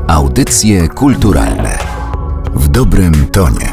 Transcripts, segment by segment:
Audycje kulturalne w dobrym tonie.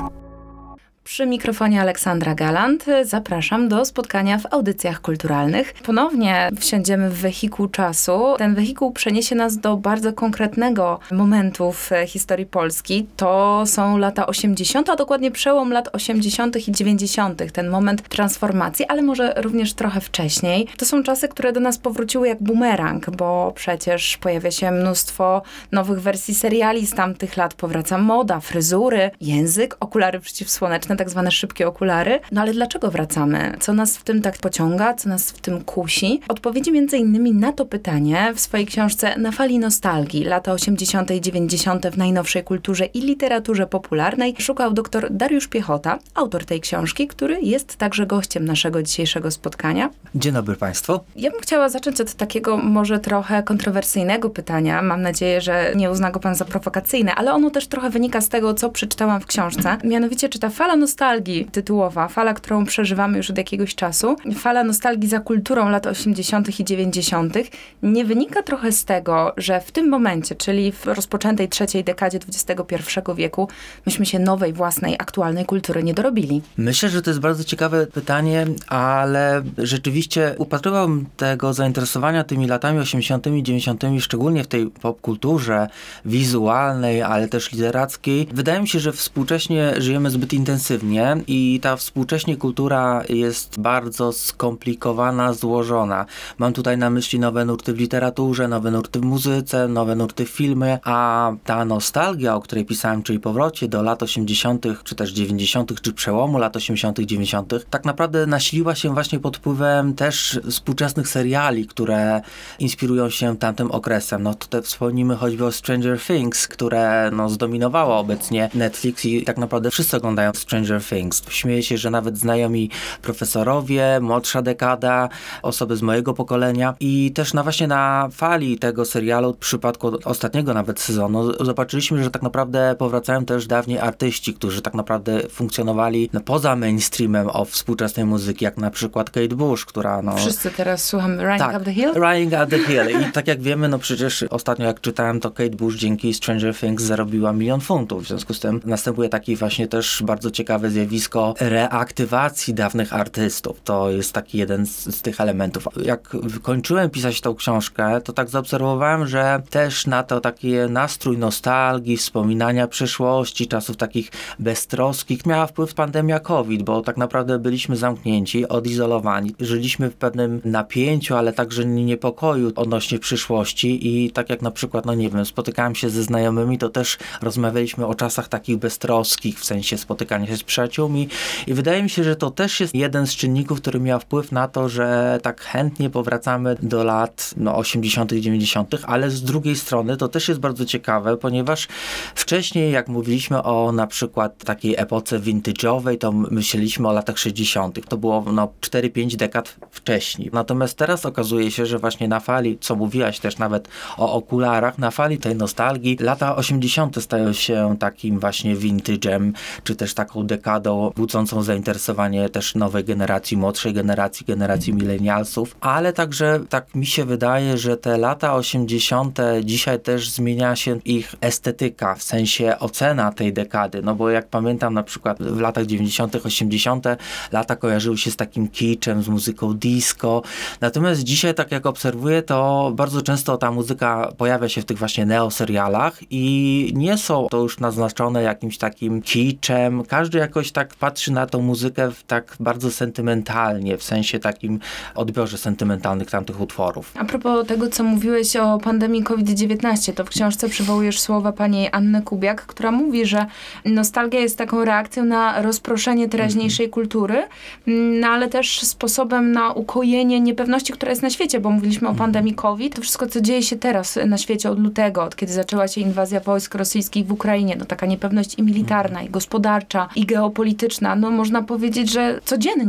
Przy mikrofonie Aleksandra Galant zapraszam do spotkania w audycjach kulturalnych. Ponownie wsiądziemy w wehikuł czasu. Ten wehikuł przeniesie nas do bardzo konkretnego momentu w historii Polski. To są lata 80., a dokładnie przełom lat 80. i 90. Ten moment transformacji, ale może również trochę wcześniej. To są czasy, które do nas powróciły jak bumerang, bo przecież pojawia się mnóstwo nowych wersji seriali z tamtych lat. Powraca moda, fryzury, język, okulary przeciwsłoneczne, tak zwane szybkie okulary. No ale dlaczego wracamy? Co nas w tym tak pociąga? Co nas w tym kusi? Odpowiedzi między innymi na to pytanie w swojej książce Na fali nostalgii, lata 80. i 90. w najnowszej kulturze i literaturze popularnej szukał dr Dariusz Piechota, autor tej książki, który jest także gościem naszego dzisiejszego spotkania. Dzień dobry Państwu. Ja bym chciała zacząć od takiego może trochę kontrowersyjnego pytania. Mam nadzieję, że nie uzna go pan za prowokacyjne, ale ono też trochę wynika z tego, co przeczytałam w książce. Mianowicie, czy ta fala nostalgii tytułowa, fala, którą przeżywamy już od jakiegoś czasu, fala nostalgii za kulturą lat 80. i 90. nie wynika trochę z tego, że w tym momencie, czyli w rozpoczętej trzeciej dekadzie XXI wieku, myśmy się nowej, własnej, aktualnej kultury nie dorobili? Myślę, że to jest bardzo ciekawe pytanie, ale rzeczywiście upatrywałbym tego zainteresowania tymi latami 80. i 90., szczególnie w tej popkulturze wizualnej, ale też literackiej. Wydaje mi się, że współcześnie żyjemy zbyt intensywnie i ta współcześnie kultura jest bardzo skomplikowana, złożona. Mam tutaj na myśli nowe nurty w literaturze, nowe nurty w muzyce, nowe nurty w filmie, a ta nostalgia, o której pisałem, czyli powrocie do lat 80., czy też 90., czy przełomu lat 80., 90., tak naprawdę nasiliła się właśnie pod wpływem też współczesnych seriali, które inspirują się tamtym okresem. No tutaj wspomnimy choćby o Stranger Things, które zdominowało obecnie Netflix i tak naprawdę wszyscy oglądają Stranger Things. Śmieję się, że nawet znajomi profesorowie, młodsza dekada, osoby z mojego pokolenia i też właśnie na fali tego serialu, w przypadku ostatniego nawet sezonu, zobaczyliśmy, że tak naprawdę powracają też dawniej artyści, którzy tak naprawdę funkcjonowali poza mainstreamem współczesnej muzyki, jak na przykład Kate Bush, która Wszyscy teraz słuchamy Running Up the Hill? Running Up the Hill. I tak jak wiemy, przecież ostatnio jak czytałem, to Kate Bush dzięki Stranger Things zarobiła $1 000 000. W związku z tym następuje taki właśnie też bardzo ciekawe zjawisko reaktywacji dawnych artystów. To jest taki jeden z tych elementów. Jak kończyłem pisać tą książkę, to tak zaobserwowałem, że też na to taki nastrój nostalgii, wspominania przeszłości, czasów takich beztroskich miała wpływ pandemia COVID, bo tak naprawdę byliśmy zamknięci, odizolowani. Żyliśmy w pewnym napięciu, ale także niepokoju odnośnie przyszłości i tak jak na przykład, spotykałem się ze znajomymi, to też rozmawialiśmy o czasach takich beztroskich, w sensie spotykania się z przyjaciółmi i wydaje mi się, że to też jest jeden z czynników, który miał wpływ na to, że tak chętnie powracamy do lat 80., 90., ale z drugiej strony to też jest bardzo ciekawe, ponieważ wcześniej, jak mówiliśmy o na przykład takiej epoce vintage'owej, to myśleliśmy o latach 60. To było 4-5 dekad wcześniej. Natomiast teraz okazuje się, że właśnie na fali, co mówiłaś też nawet o okularach, na fali tej nostalgii, lata 80. stają się takim właśnie vintage'em, czy też taką dekadą budzącą zainteresowanie też nowej generacji, młodszej generacji milenialsów, ale także tak mi się wydaje, że te lata 80. dzisiaj też zmienia się ich estetyka, w sensie ocena tej dekady, bo jak pamiętam na przykład w latach 90., 80. lata kojarzyły się z takim kiczem, z muzyką disco, natomiast dzisiaj tak jak obserwuję, to bardzo często ta muzyka pojawia się w tych właśnie neoserialach i nie są to już naznaczone jakimś takim kiczem, każdy jakoś tak patrzy na tą muzykę tak bardzo sentymentalnie, w sensie takim odbiorze sentymentalnych tamtych utworów. A propos tego, co mówiłeś o pandemii COVID-19, to w książce przywołujesz słowa pani Anny Kubiak, która mówi, że nostalgia jest taką reakcją na rozproszenie teraźniejszej kultury, ale też sposobem na ukojenie niepewności, która jest na świecie, bo mówiliśmy o pandemii COVID. To wszystko, co dzieje się teraz na świecie od lutego, od kiedy zaczęła się inwazja wojsk rosyjskich w Ukrainie, taka niepewność i militarna, i gospodarcza, i geopolityczna, można powiedzieć, że codziennie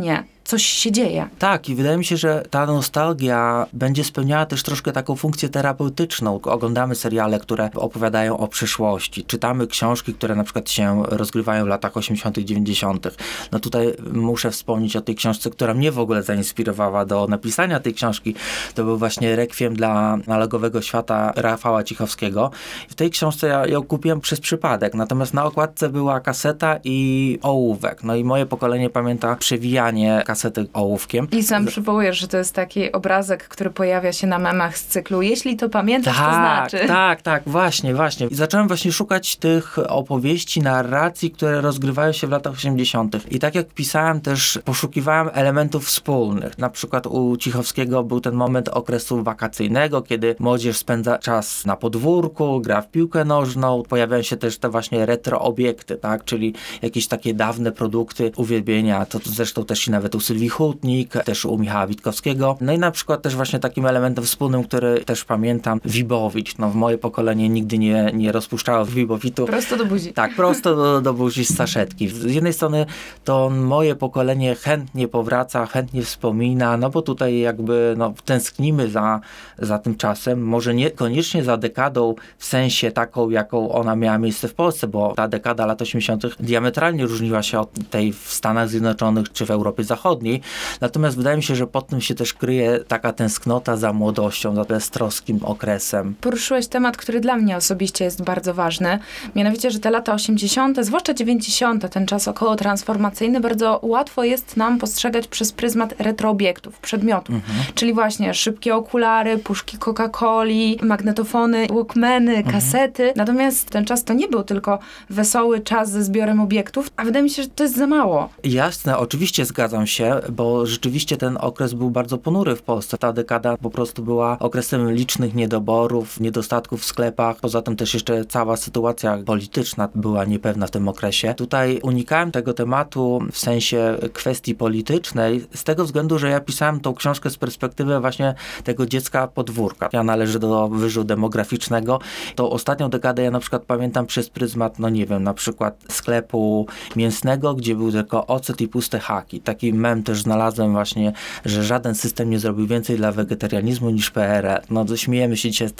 coś się dzieje. Tak, i wydaje mi się, że ta nostalgia będzie spełniała też troszkę taką funkcję terapeutyczną. Oglądamy seriale, które opowiadają o przyszłości. Czytamy książki, które na przykład się rozgrywają w latach 80., 90. No tutaj muszę wspomnieć o tej książce, która mnie w ogóle zainspirowała do napisania tej książki. To był właśnie Rekwiem dla analogowego świata Rafała Cichowskiego. W tej książce ja ją kupiłem przez przypadek, natomiast na okładce była kaseta i ołówek. No i moje pokolenie pamięta przewijanie kasety ołówkiem. I sam przywołujesz, że to jest taki obrazek, który pojawia się na memach z cyklu. Jeśli to pamiętasz, to znaczy. Tak, właśnie. I zacząłem właśnie szukać tych opowieści, narracji, które rozgrywają się w latach 80. I tak jak pisałem, też poszukiwałem elementów wspólnych. Na przykład u Cichowskiego był ten moment okresu wakacyjnego, kiedy młodzież spędza czas na podwórku, gra w piłkę nożną. Pojawiają się też te właśnie retro obiekty, tak? Czyli jakieś takie dawne produkty uwielbienia. To zresztą też i nawet u Sylwii Hutnik, też u Michała Witkowskiego. No i na przykład też właśnie takim elementem wspólnym, który też pamiętam, Wibowicz. No w moje pokolenie nigdy nie rozpuszczało Wibowitu. Prosto do buzi. Tak, prosto do buzi z saszetki. Z jednej strony to moje pokolenie chętnie powraca, chętnie wspomina, no bo tutaj jakby tęsknimy za tym czasem. Może niekoniecznie za dekadą w sensie taką, jaką ona miała miejsce w Polsce, bo ta dekada lat 80. diametralnie różniła się od tej w Stanach Zjednoczonych czy w Europie Zachodniej. Natomiast wydaje mi się, że pod tym się też kryje taka tęsknota za młodością, za beztroskim okresem. Poruszyłeś temat, który dla mnie osobiście jest bardzo ważny. Mianowicie, że te lata 80., zwłaszcza 90., ten czas około transformacyjny, bardzo łatwo jest nam postrzegać przez pryzmat retroobiektów, przedmiotów. Czyli właśnie szybkie okulary, puszki Coca-Coli, magnetofony, walkmany, kasety. Natomiast ten czas to nie był tylko wesoły czas ze zbiorem obiektów, a wydaje mi się, że to jest za mało. Jasne, oczywiście zgadzam się, bo rzeczywiście ten okres był bardzo ponury w Polsce. Ta dekada po prostu była okresem licznych niedoborów, niedostatków w sklepach. Poza tym też jeszcze cała sytuacja polityczna była niepewna w tym okresie. Tutaj unikałem tego tematu w sensie kwestii politycznej z tego względu, że ja pisałem tą książkę z perspektywy właśnie tego dziecka podwórka. Ja należę do wyżu demograficznego. Tą ostatnią dekadę ja na przykład pamiętam przez pryzmat, na przykład sklepu mięsnego, gdzie był tylko ocet i puste haki. Taki mem też znalazłem właśnie, że żaden system nie zrobił więcej dla wegetarianizmu niż PRL. Śmiejemy się dzisiaj z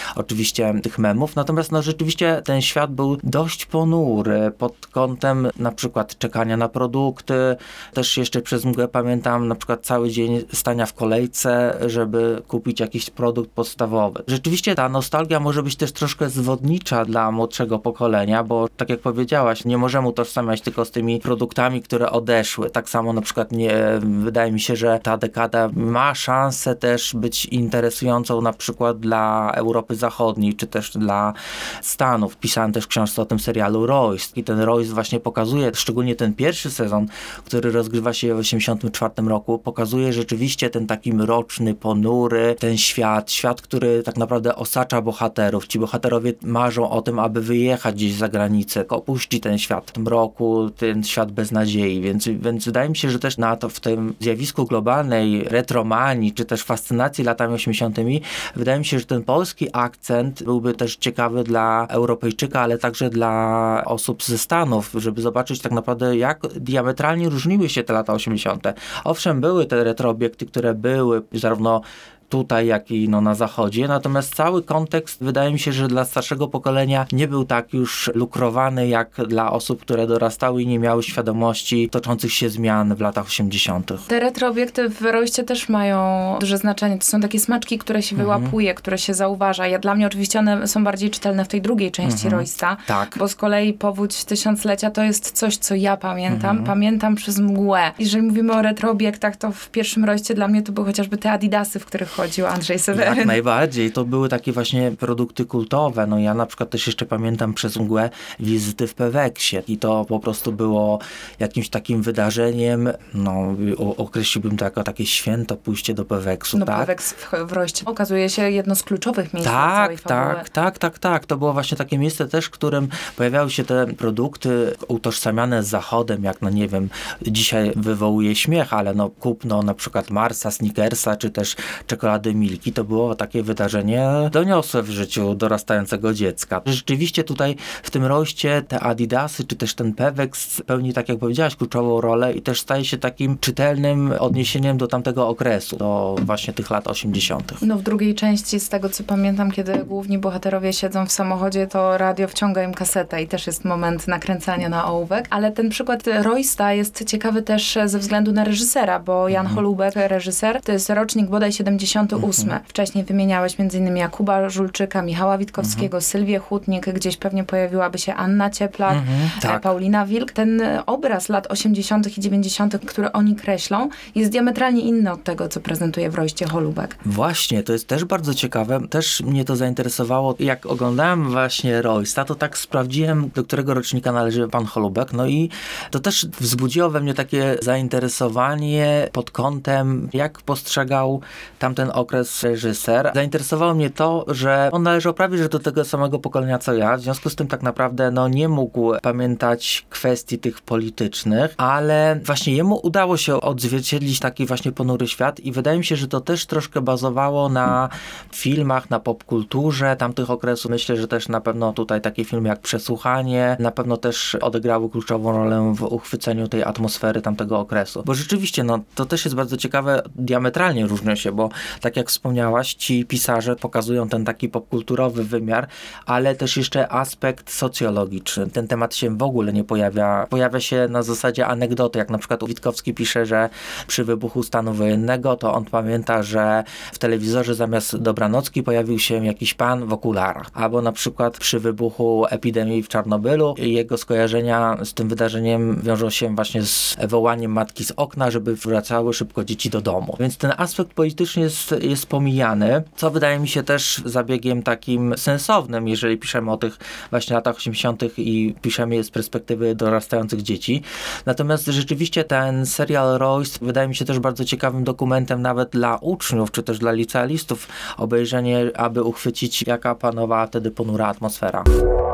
tych memów, natomiast rzeczywiście ten świat był dość ponury pod kątem na przykład czekania na produkty. Też jeszcze przez mgłę pamiętam na przykład cały dzień stania w kolejce, żeby kupić jakiś produkt podstawowy. Rzeczywiście ta nostalgia może być też troszkę zwodnicza dla młodszego pokolenia, bo tak jak powiedziałaś, nie możemy utożsamiać tylko z tymi produktami, które odeszły. Tak samo na przykład wydaje mi się, że ta dekada ma szansę też być interesującą na przykład dla Europy Zachodniej, czy też dla Stanów. Pisałem też w książce o tym serialu Royce i ten Royce właśnie pokazuje, szczególnie ten pierwszy sezon, który rozgrywa się w 1984 roku, pokazuje rzeczywiście ten taki mroczny, ponury, ten świat, który tak naprawdę osacza bohaterów. Ci bohaterowie marzą o tym, aby wyjechać gdzieś za granicę, opuścić ten świat mroku, ten świat beznadziei, więc wydaje mi się, że też w tym zjawisku globalnej retromanii, czy też fascynacji latami 80., wydaje mi się, że ten polski akcent byłby też ciekawy dla Europejczyka, ale także dla osób ze Stanów, żeby zobaczyć tak naprawdę, jak diametralnie różniły się te lata 80. Owszem, były te retroobiekty, które były zarówno tutaj, jak i na zachodzie. Natomiast cały kontekst wydaje mi się, że dla starszego pokolenia nie był tak już lukrowany, jak dla osób, które dorastały i nie miały świadomości toczących się zmian w latach 80. Te retroobiekty w Royście też mają duże znaczenie. To są takie smaczki, które się wyłapuje, które się zauważa. Dla mnie oczywiście one są bardziej czytelne w tej drugiej części Roysta, tak. Bo z kolei Powódź Tysiąclecia to jest coś, co ja pamiętam. Pamiętam przez mgłę. Jeżeli mówimy o retroobiektach, to w pierwszym Royście dla mnie to były chociażby te Adidasy, w których chodził Andrzej Seweryn. Jak najbardziej. To były takie właśnie produkty kultowe. Ja na przykład też jeszcze pamiętam przez mgłę wizyty w Peweksie i to po prostu było jakimś takim wydarzeniem, określiłbym to jako takie święto pójście do Peweksu. Tak? Peweks w Royście okazuje się jedno z kluczowych miejsc całej fabuły. Tak. To było właśnie takie miejsce też, w którym pojawiały się te produkty utożsamiane z Zachodem, jak dzisiaj wywołuje śmiech, ale kupno na przykład Marsa, Snickersa, czy też czekolady czekolady Milki to było takie wydarzenie doniosłe w życiu dorastającego dziecka. Rzeczywiście tutaj w tym roście te Adidasy, czy też ten Pewex pełni, tak jak powiedziałaś, kluczową rolę i też staje się takim czytelnym odniesieniem do tamtego okresu, do właśnie tych lat 80. No w drugiej części, z tego co pamiętam, kiedy główni bohaterowie siedzą w samochodzie, to radio wciąga im kasetę i też jest moment nakręcania na ołówek. Ale ten przykład Roysta jest ciekawy też ze względu na reżysera, bo Jan Holubek, reżyser, to jest rocznik bodaj 78. Wcześniej wymieniałeś m.in. Jakuba Żulczyka, Michała Witkowskiego, Sylwię Hutnik, gdzieś pewnie pojawiłaby się Anna Cieplak, tak. Paulina Wilk. Ten obraz lat 80. i 90., który oni kreślą, jest diametralnie inny od tego, co prezentuje w Royście Holubek. Właśnie, to jest też bardzo ciekawe. Też mnie to zainteresowało. Jak oglądałem właśnie Roysta, to tak sprawdziłem, do którego rocznika należy pan Holubek. No i to też wzbudziło we mnie takie zainteresowanie pod kątem, jak postrzegał tamten okres reżyser. Zainteresowało mnie to, że on należał prawie że do tego samego pokolenia co ja. W związku z tym tak naprawdę nie mógł pamiętać kwestii tych politycznych, ale właśnie jemu udało się odzwierciedlić taki właśnie ponury świat i wydaje mi się, że to też troszkę bazowało na filmach, na popkulturze tamtych okresów. Myślę, że też na pewno tutaj takie filmy jak Przesłuchanie na pewno też odegrały kluczową rolę w uchwyceniu tej atmosfery tamtego okresu. Bo rzeczywiście, to też jest bardzo ciekawe, diametralnie różnią się, bo tak jak wspomniałaś, ci pisarze pokazują ten taki popkulturowy wymiar, ale też jeszcze aspekt socjologiczny. Ten temat się w ogóle nie pojawia. Pojawia się na zasadzie anegdoty, jak na przykład Witkowski pisze, że przy wybuchu stanu wojennego to on pamięta, że w telewizorze zamiast dobranocki pojawił się jakiś pan w okularach. Albo na przykład przy wybuchu epidemii w Czarnobylu jego skojarzenia z tym wydarzeniem wiążą się właśnie z wołaniem matki z okna, żeby wracały szybko dzieci do domu. Więc ten aspekt polityczny jest pomijany, co wydaje mi się też zabiegiem takim sensownym, jeżeli piszemy o tych właśnie latach 80. i piszemy je z perspektywy dorastających dzieci. Natomiast rzeczywiście ten serial Royst wydaje mi się też bardzo ciekawym dokumentem nawet dla uczniów, czy też dla licealistów obejrzenie, aby uchwycić, jaka panowała wtedy ponura atmosfera.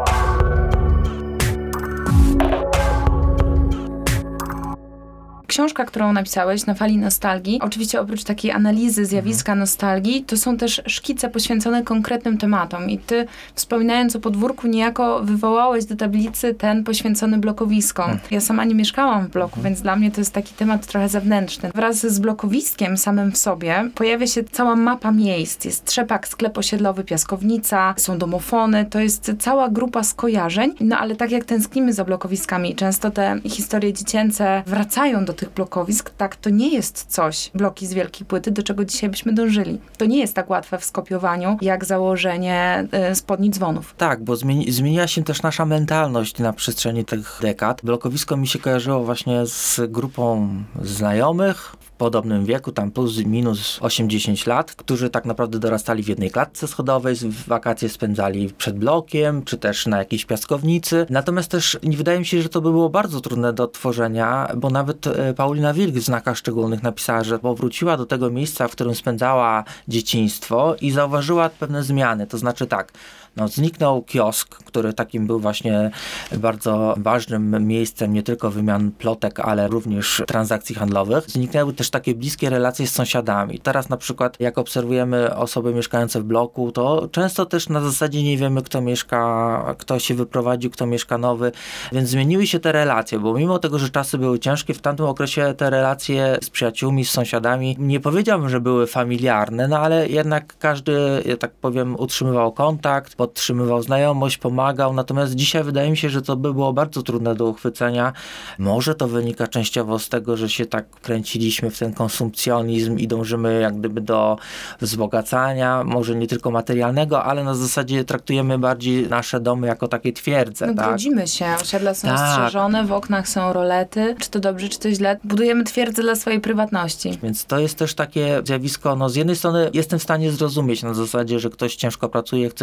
Książka, którą napisałeś, Na fali nostalgii, oczywiście oprócz takiej analizy zjawiska nostalgii, to są też szkice poświęcone konkretnym tematom. I ty, wspominając o podwórku, niejako wywołałeś do tablicy ten poświęcony blokowiskom. Ja sama nie mieszkałam w bloku, więc dla mnie to jest taki temat trochę zewnętrzny. Wraz z blokowiskiem samym w sobie pojawia się cała mapa miejsc. Jest Trzepak, sklep osiedlowy, piaskownica, są domofony, to jest cała grupa skojarzeń. No ale tak jak tęsknimy za blokowiskami, często te historie dziecięce wracają do tych blokowisk, tak, to nie jest coś, bloki z wielkiej płyty, do czego dzisiaj byśmy dążyli. To nie jest tak łatwe w skopiowaniu, jak założenie spodni dzwonów. Tak, bo zmieniła się też nasza mentalność na przestrzeni tych dekad. Blokowisko mi się kojarzyło właśnie z grupą znajomych w podobnym wieku, tam plus minus 8-10 lat, którzy tak naprawdę dorastali w jednej klatce schodowej, wakacje spędzali przed blokiem, czy też na jakiejś piaskownicy. Natomiast też wydaje mi się, że to by było bardzo trudne do tworzenia, bo nawet Paulina Wilk w Znakach Szczególnych napisała, że powróciła do tego miejsca, w którym spędzała dzieciństwo i zauważyła pewne zmiany. To znaczy tak, zniknął kiosk, który takim był właśnie bardzo ważnym miejscem nie tylko wymian plotek, ale również transakcji handlowych. Zniknęły też takie bliskie relacje z sąsiadami. Teraz na przykład, jak obserwujemy osoby mieszkające w bloku, to często też na zasadzie nie wiemy, kto mieszka, kto się wyprowadził, kto mieszka nowy, więc zmieniły się te relacje, bo mimo tego, że czasy były ciężkie, w tamtym okresie te relacje z przyjaciółmi, z sąsiadami, nie powiedziałbym, że były familiarne, ale jednak każdy, tak powiem, utrzymywał kontakt, podtrzymywał znajomość, pomagał, natomiast dzisiaj wydaje mi się, że to by było bardzo trudne do uchwycenia. Może to wynika częściowo z tego, że się tak kręciliśmy w ten konsumpcjonizm i dążymy jak gdyby do wzbogacania, może nie tylko materialnego, ale na zasadzie traktujemy bardziej nasze domy jako takie twierdze. Tak? Grudzimy się, osiedla są ostrzeżone, w oknach są rolety, czy to dobrze, czy to źle. Budujemy twierdzę dla swojej prywatności. Więc to jest też takie zjawisko, z jednej strony jestem w stanie zrozumieć na zasadzie, że ktoś ciężko pracuje, chce się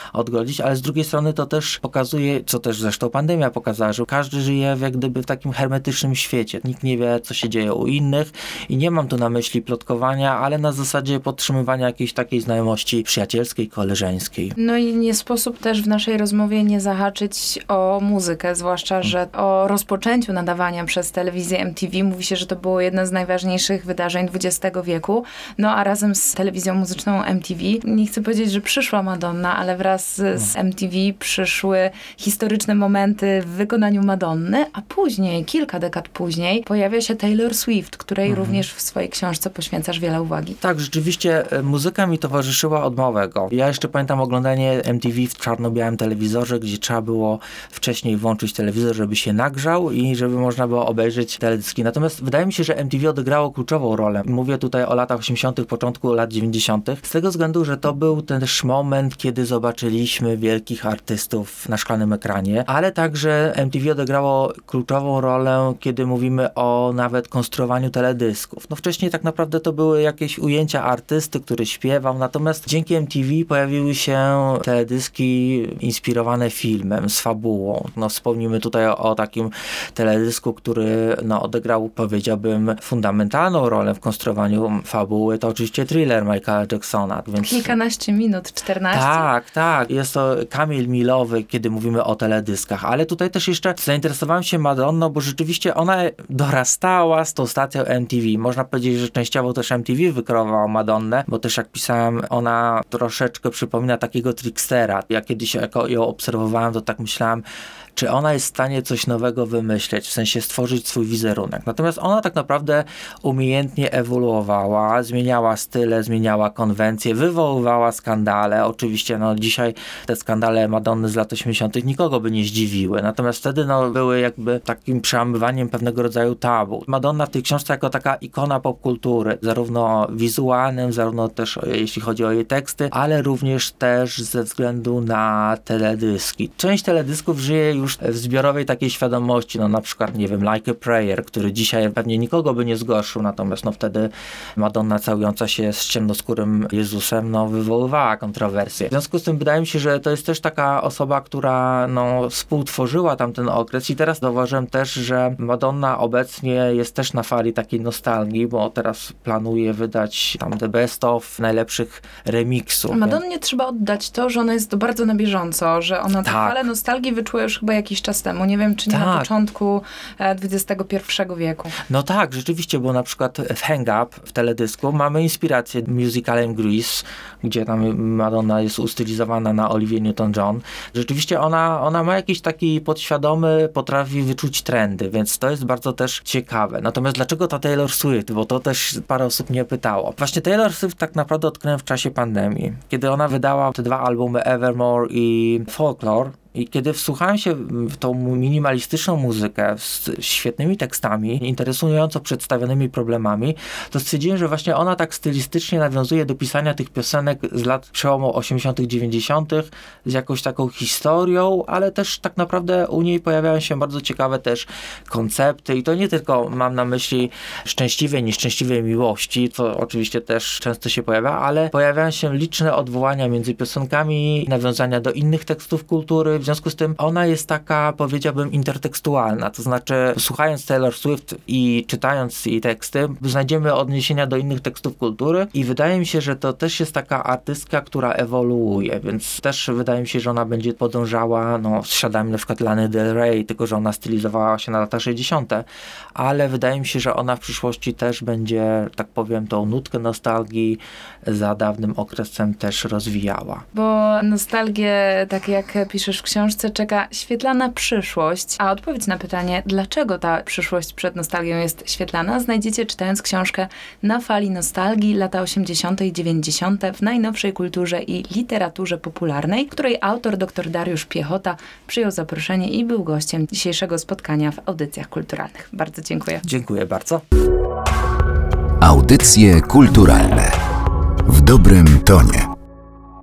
odgodzić, ale z drugiej strony to też pokazuje, co też zresztą pandemia pokazała, że każdy żyje jak gdyby w takim hermetycznym świecie. Nikt nie wie, co się dzieje u innych i nie mam tu na myśli plotkowania, ale na zasadzie podtrzymywania jakiejś takiej znajomości przyjacielskiej, koleżeńskiej. No i nie sposób też w naszej rozmowie nie zahaczyć o muzykę, zwłaszcza, że o rozpoczęciu nadawania przez telewizję MTV mówi się, że to było jedno z najważniejszych wydarzeń XX wieku. No a razem z telewizją muzyczną MTV, nie chcę powiedzieć, że przyszła Madonna, ale wraz z MTV przyszły historyczne momenty w wykonaniu Madonny, a później, kilka dekad później, pojawia się Taylor Swift, której również w swojej książce poświęcasz wiele uwagi. Tak, rzeczywiście muzyka mi towarzyszyła od małego. Ja jeszcze pamiętam oglądanie MTV w czarno-białym telewizorze, gdzie trzeba było wcześniej włączyć telewizor, żeby się nagrzał i żeby można było obejrzeć teledyski. Natomiast wydaje mi się, że MTV odegrało kluczową rolę. Mówię tutaj o latach 80., początku lat 90. Z tego względu, że to był też moment, kiedy zobaczyliśmy wielkich artystów na szklanym ekranie, ale także MTV odegrało kluczową rolę, kiedy mówimy o nawet konstruowaniu teledysków. No wcześniej tak naprawdę to były jakieś ujęcia artysty, który śpiewał, natomiast dzięki MTV pojawiły się teledyski inspirowane filmem, z fabułą. No wspomnimy tutaj o takim teledysku, który odegrał, powiedziałbym, fundamentalną rolę w konstruowaniu fabuły. To oczywiście Thriller Michaela Jacksona. Więc... Kilkanaście minut, 14. Tak. Jest to kamień milowy, kiedy mówimy o teledyskach. Ale tutaj też jeszcze zainteresowałem się Madonną, bo rzeczywiście ona dorastała z tą stacją MTV. Można powiedzieć, że częściowo też MTV wykreowało Madonnę, bo też jak pisałem, ona troszeczkę przypomina takiego trickstera. Ja kiedyś jak ją obserwowałem, to tak myślałem, czy ona jest w stanie coś nowego wymyśleć, w sensie stworzyć swój wizerunek. Natomiast ona tak naprawdę umiejętnie ewoluowała, zmieniała style, zmieniała konwencje, wywoływała skandale. Oczywiście dzisiaj te skandale Madonny z lat 80. nikogo by nie zdziwiły. Natomiast wtedy były jakby takim przełamywaniem pewnego rodzaju tabu. Madonna w tej książce jako taka ikona popkultury, zarówno wizualnym, zarówno też jeśli chodzi o jej teksty, ale również też ze względu na teledyski. Część teledysków żyje już w zbiorowej takiej świadomości, na przykład, nie wiem, Like a Prayer, który dzisiaj pewnie nikogo by nie zgorszył, natomiast wtedy Madonna całująca się z ciemnoskórym Jezusem, wywoływała kontrowersje. W związku z tym wydaje mi się, że to jest też taka osoba, która współtworzyła tamten okres i teraz zauważyłem też, że Madonna obecnie jest też na fali takiej nostalgii, bo teraz planuje wydać tam the best of najlepszych remixów. Madonnie trzeba oddać to, że ona jest bardzo na bieżąco, że ona tę falę nostalgii wyczuła już chyba jakiś czas temu. Nie wiem, czy nie na początku XXI wieku. No tak, rzeczywiście, bo na przykład w Hang Up, w teledysku, mamy inspirację musicalem Grease, gdzie tam Madonna jest ustylizowana na Olivia Newton-John. Rzeczywiście ona ma jakiś taki podświadomy, potrafi wyczuć trendy, więc to jest bardzo też ciekawe. Natomiast dlaczego ta Taylor Swift? Bo to też parę osób mnie pytało. Właśnie Taylor Swift tak naprawdę odkryłem w czasie pandemii, kiedy ona wydała te 2 albumy Evermore i Folklore. I kiedy wsłuchałem się w tą minimalistyczną muzykę z świetnymi tekstami, interesująco przedstawionymi problemami, to stwierdziłem, że właśnie ona tak stylistycznie nawiązuje do pisania tych piosenek z lat przełomu 80., 90., z jakąś taką historią, ale też tak naprawdę u niej pojawiają się bardzo ciekawe też koncepty i to nie tylko mam na myśli szczęśliwej, nieszczęśliwej miłości, co oczywiście też często się pojawia, ale pojawiają się liczne odwołania między piosenkami, nawiązania do innych tekstów kultury. W związku z tym ona jest taka, powiedziałbym, intertekstualna. To znaczy, słuchając Taylor Swift i czytając jej teksty, znajdziemy odniesienia do innych tekstów kultury i wydaje mi się, że to też jest taka artystka, która ewoluuje, więc też wydaje mi się, że ona będzie podążała z śladami na przykład Lany Del Rey, tylko że ona stylizowała się na lata 60., ale wydaje mi się, że ona w przyszłości też będzie, tak powiem, tą nutkę nostalgii za dawnym okresem też rozwijała. Bo nostalgię, tak jak piszesz w książce, czeka świetlana przyszłość, a odpowiedź na pytanie, dlaczego ta przyszłość przed nostalgią jest świetlana, znajdziecie czytając książkę Na fali nostalgii, lata 80. i 90. w najnowszej kulturze i literaturze popularnej, której autor dr Dariusz Piechota przyjął zaproszenie i był gościem dzisiejszego spotkania w Audycjach Kulturalnych. Bardzo dziękuję. Dziękuję bardzo. Audycje kulturalne w dobrym tonie.